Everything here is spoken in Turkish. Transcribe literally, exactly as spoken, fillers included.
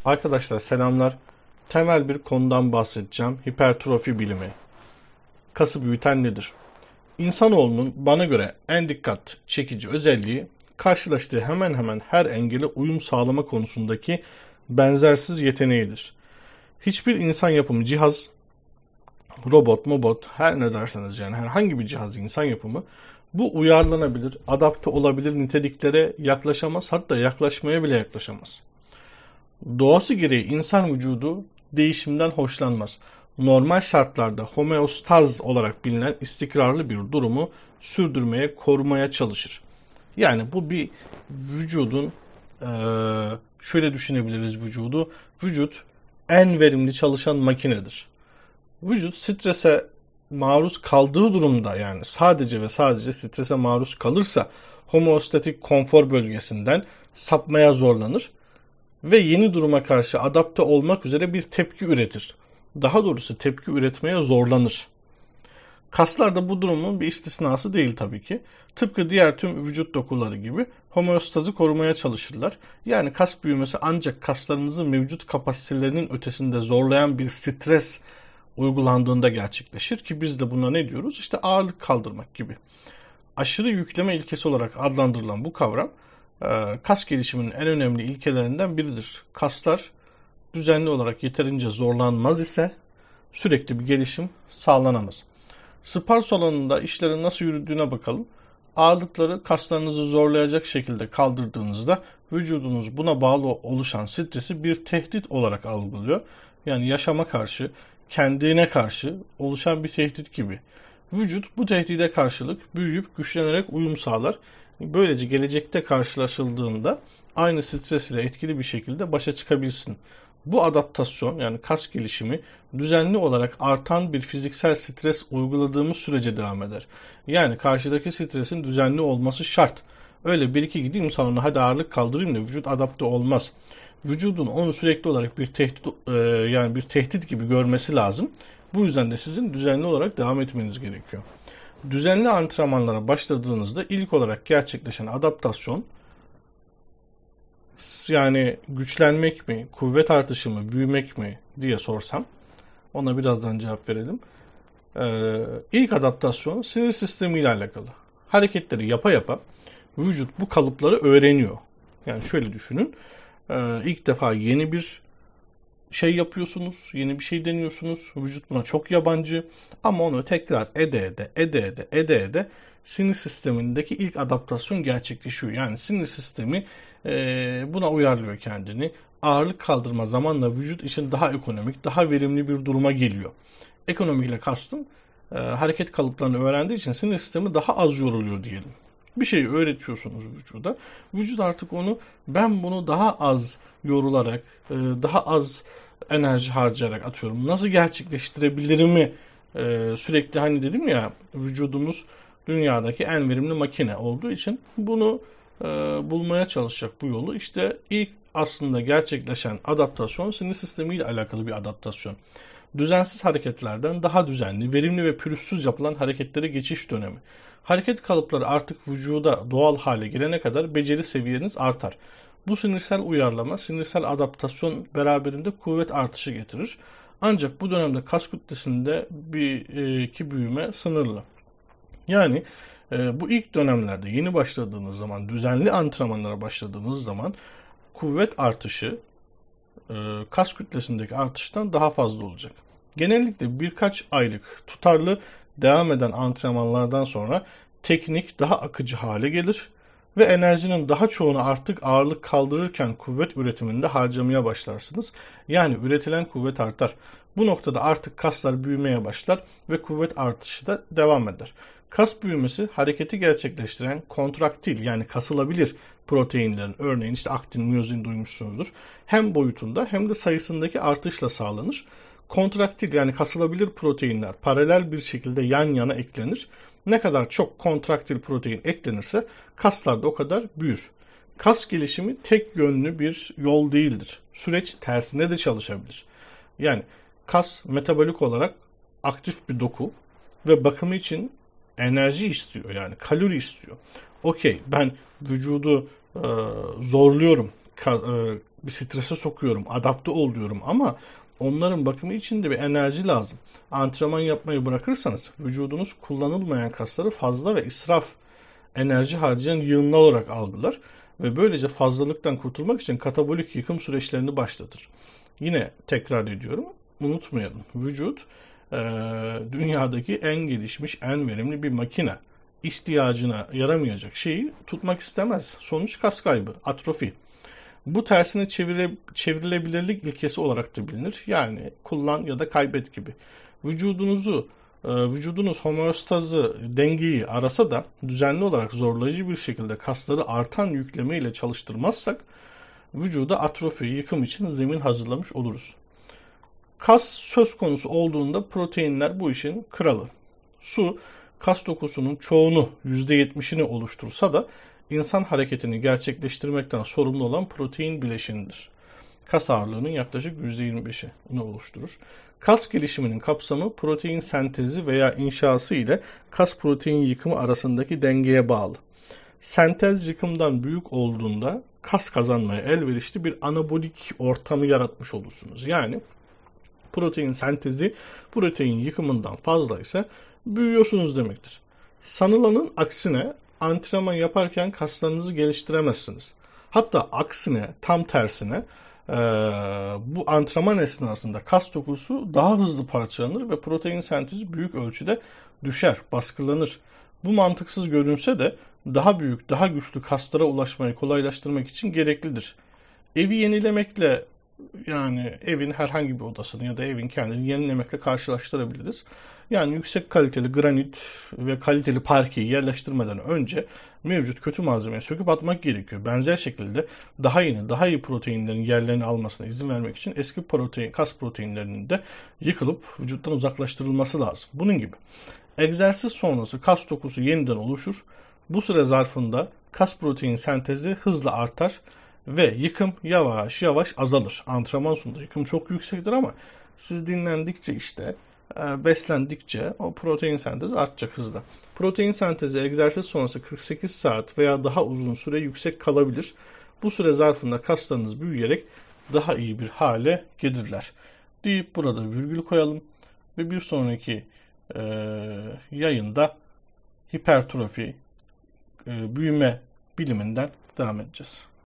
Arkadaşlar selamlar. Temel bir konudan bahsedeceğim. Hipertrofi bilimi. Kası büyüten nedir? İnsanoğlunun bana göre en dikkat çekici özelliği karşılaştığı hemen hemen her engele uyum sağlama konusundaki benzersiz yeteneğidir. Hiçbir insan yapımı cihaz, robot, mobot, her ne derseniz yani herhangi bir cihaz insan yapımı bu uyarlanabilir, adapte olabilir niteliklere yaklaşamaz, hatta yaklaşmaya bile yaklaşamaz. Doğası gereği insan vücudu değişimden hoşlanmaz. Normal şartlarda homeostaz olarak bilinen istikrarlı bir durumu sürdürmeye, korumaya çalışır. Yani bu bir vücudun şöyle düşünebiliriz vücudu. Vücut en verimli çalışan makinedir. Vücut strese maruz kaldığı durumda yani sadece ve sadece strese maruz kalırsa homeostatik konfor bölgesinden sapmaya zorlanır ve yeni duruma karşı adapte olmak üzere bir tepki üretir. Daha doğrusu tepki üretmeye zorlanır. Kaslar da bu durumun bir istisnası değil tabii ki. Tıpkı diğer tüm vücut dokuları gibi homeostazı korumaya çalışırlar. Yani kas büyümesi ancak kaslarınızın mevcut kapasitelerinin ötesinde zorlayan bir stres uygulandığında gerçekleşir ki biz de buna ne diyoruz? İşte ağırlık kaldırmak gibi. Aşırı yükleme ilkesi olarak adlandırılan bu kavram kas gelişiminin en önemli ilkelerinden biridir. Kaslar düzenli olarak yeterince zorlanmaz ise sürekli bir gelişim sağlanamaz. Spor salonunda işlerin nasıl yürüdüğüne bakalım. Ağırlıkları kaslarınızı zorlayacak şekilde kaldırdığınızda vücudunuz buna bağlı oluşan stresi bir tehdit olarak algılıyor. Yani yaşama karşı, kendine karşı oluşan bir tehdit gibi. Vücut bu tehdide karşılık büyüyüp güçlenerek uyum sağlar. Böylece gelecekte karşılaşıldığında aynı stres ile etkili bir şekilde başa çıkabilsin. Bu adaptasyon yani kas gelişimi düzenli olarak artan bir fiziksel stres uyguladığımız sürece devam eder. Yani karşıdaki stresin düzenli olması şart. Öyle bir iki gideyim salona hadi ağırlık kaldırayım da vücut adapte olmaz. Vücudun onu sürekli olarak bir tehdit yani bir tehdit gibi görmesi lazım. Bu yüzden de sizin düzenli olarak devam etmeniz gerekiyor. Düzenli antrenmanlara başladığınızda ilk olarak gerçekleşen adaptasyon yani güçlenmek mi, kuvvet artışı mı, büyümek mi diye sorsam ona birazdan cevap verelim. Ee, ilk adaptasyon sinir sistemi ile alakalı. Hareketleri yapa yapa vücut bu kalıpları öğreniyor. Yani şöyle düşünün. Ee, ilk defa yeni bir şey yapıyorsunuz, yeni bir şey deniyorsunuz. Vücut buna çok yabancı ama onu tekrar ede ede, ede ede, ede ede sinir sistemindeki ilk adaptasyon gerçekleşiyor. Yani sinir sistemi e, buna uyarlıyor kendini. Ağırlık kaldırma zamanla vücut için daha ekonomik, daha verimli bir duruma geliyor. Ekonomikle kastım e, hareket kalıplarını öğrendiği için sinir sistemi daha az yoruluyor diyelim. Bir şeyi öğretiyorsunuz vücuda. Vücut artık onu ben bunu daha az yorularak, e, daha az enerji harcayarak atıyorum. Nasıl gerçekleştirebilirimi e, sürekli hani dedim ya vücudumuz dünyadaki en verimli makine olduğu için bunu e, bulmaya çalışacak bu yolu. İşte ilk aslında gerçekleşen adaptasyon sinir sistemiyle alakalı bir adaptasyon. Düzensiz hareketlerden daha düzenli, verimli ve pürüzsüz yapılan hareketlere geçiş dönemi. Hareket kalıpları artık vücuda doğal hale gelene kadar beceri seviyeniz artar. Bu sinirsel uyarlama, sinirsel adaptasyon beraberinde kuvvet artışı getirir. Ancak bu dönemde kas kütlesinde bir e, iki büyüme sınırlı. Yani e, bu ilk dönemlerde yeni başladığınız zaman, düzenli antrenmanlara başladığınız zaman kuvvet artışı e, kas kütlesindeki artıştan daha fazla olacak. Genellikle birkaç aylık tutarlı devam eden antrenmanlardan sonra teknik daha akıcı hale gelir ve enerjinin daha çoğunu artık ağırlık kaldırırken kuvvet üretiminde harcamaya başlarsınız. Yani üretilen kuvvet artar. Bu noktada artık kaslar büyümeye başlar ve kuvvet artışı da devam eder. Kas büyümesi hareketi gerçekleştiren kontraktil yani kasılabilir proteinlerin örneğin işte aktin, miyozin duymuşsunuzdur. Hem boyutunda hem de sayısındaki artışla sağlanır. Kontraktil yani kasılabilir proteinler paralel bir şekilde yan yana eklenir. Ne kadar çok kontraktil protein eklenirse kaslar da o kadar büyür. Kas gelişimi tek yönlü bir yol değildir. Süreç tersine de çalışabilir. Yani kas metabolik olarak aktif bir doku ve bakımı için enerji istiyor yani kalori istiyor. Okey ben vücudu e, zorluyorum, ka- e, bir strese sokuyorum, adapte ol diyorum ama onların bakımı için de bir enerji lazım. Antrenman yapmayı bırakırsanız vücudunuz kullanılmayan kasları fazla ve israf enerji harcayan yığınlar olarak algılar ve böylece fazlalıktan kurtulmak için katabolik yıkım süreçlerini başlatır. Yine tekrar ediyorum, unutmayalım. Vücut e, dünyadaki en gelişmiş, en verimli bir makine. İhtiyacına yaramayacak şeyi tutmak istemez. Sonuç kas kaybı, atrofi. Bu tersine çevire, çevrilebilirlik ilkesi olarak da bilinir. Yani kullan ya da kaybet gibi. Vücudunuzu, e, vücudunuz homeostazı, dengeyi arasa da düzenli olarak zorlayıcı bir şekilde kasları artan yükleme ile çalıştırmazsak vücuda atrofi, yıkım için zemin hazırlamış oluruz. Kas söz konusu olduğunda proteinler bu işin kralı. Su, kas dokusunun çoğunu yüzde yetmişini oluştursa da insan hareketini gerçekleştirmekten sorumlu olan protein bileşenidir. Kas ağırlığının yaklaşık yüzde yirmi beşini oluşturur. Kas gelişiminin kapsamı protein sentezi veya inşası ile kas protein yıkımı arasındaki dengeye bağlı. Sentez yıkımdan büyük olduğunda kas kazanmaya elverişli bir anabolik ortamı yaratmış olursunuz. Yani protein sentezi protein yıkımından fazlaysa büyüyorsunuz demektir. Sanılanın aksine antrenman yaparken kaslarınızı geliştiremezsiniz. Hatta aksine, tam tersine e, bu antrenman esnasında kas dokusu daha hızlı parçalanır ve protein sentezi büyük ölçüde düşer, baskılanır. Bu mantıksız görünse de daha büyük, daha güçlü kaslara ulaşmayı kolaylaştırmak için gereklidir. Evi yenilemekle, yani evin herhangi bir odasını ya da evin kendini yenilemekle karşılaştırabiliriz. Yani yüksek kaliteli granit ve kaliteli parkeyi yerleştirmeden önce mevcut kötü malzemeyi söküp atmak gerekiyor. Benzer şekilde daha yeni, daha iyi proteinlerin yerlerini almasına izin vermek için eski protein, kas proteinlerinin de yıkılıp vücuttan uzaklaştırılması lazım. Bunun gibi. Egzersiz sonrası kas dokusu yeniden oluşur. Bu süre zarfında kas protein sentezi hızla artar ve yıkım yavaş yavaş azalır. Antrenman sonunda yıkım çok yüksektir ama siz dinlendikçe, işte beslendikçe o protein sentezi artacak hızla. Protein sentezi egzersiz sonrası kırk sekiz saat veya daha uzun süre yüksek kalabilir. Bu süre zarfında kaslarınız büyüyerek daha iyi bir hale gelirler. Deyip burada virgül koyalım ve bir sonraki e, yayında hipertrofi, e, büyüme biliminden devam edeceğiz.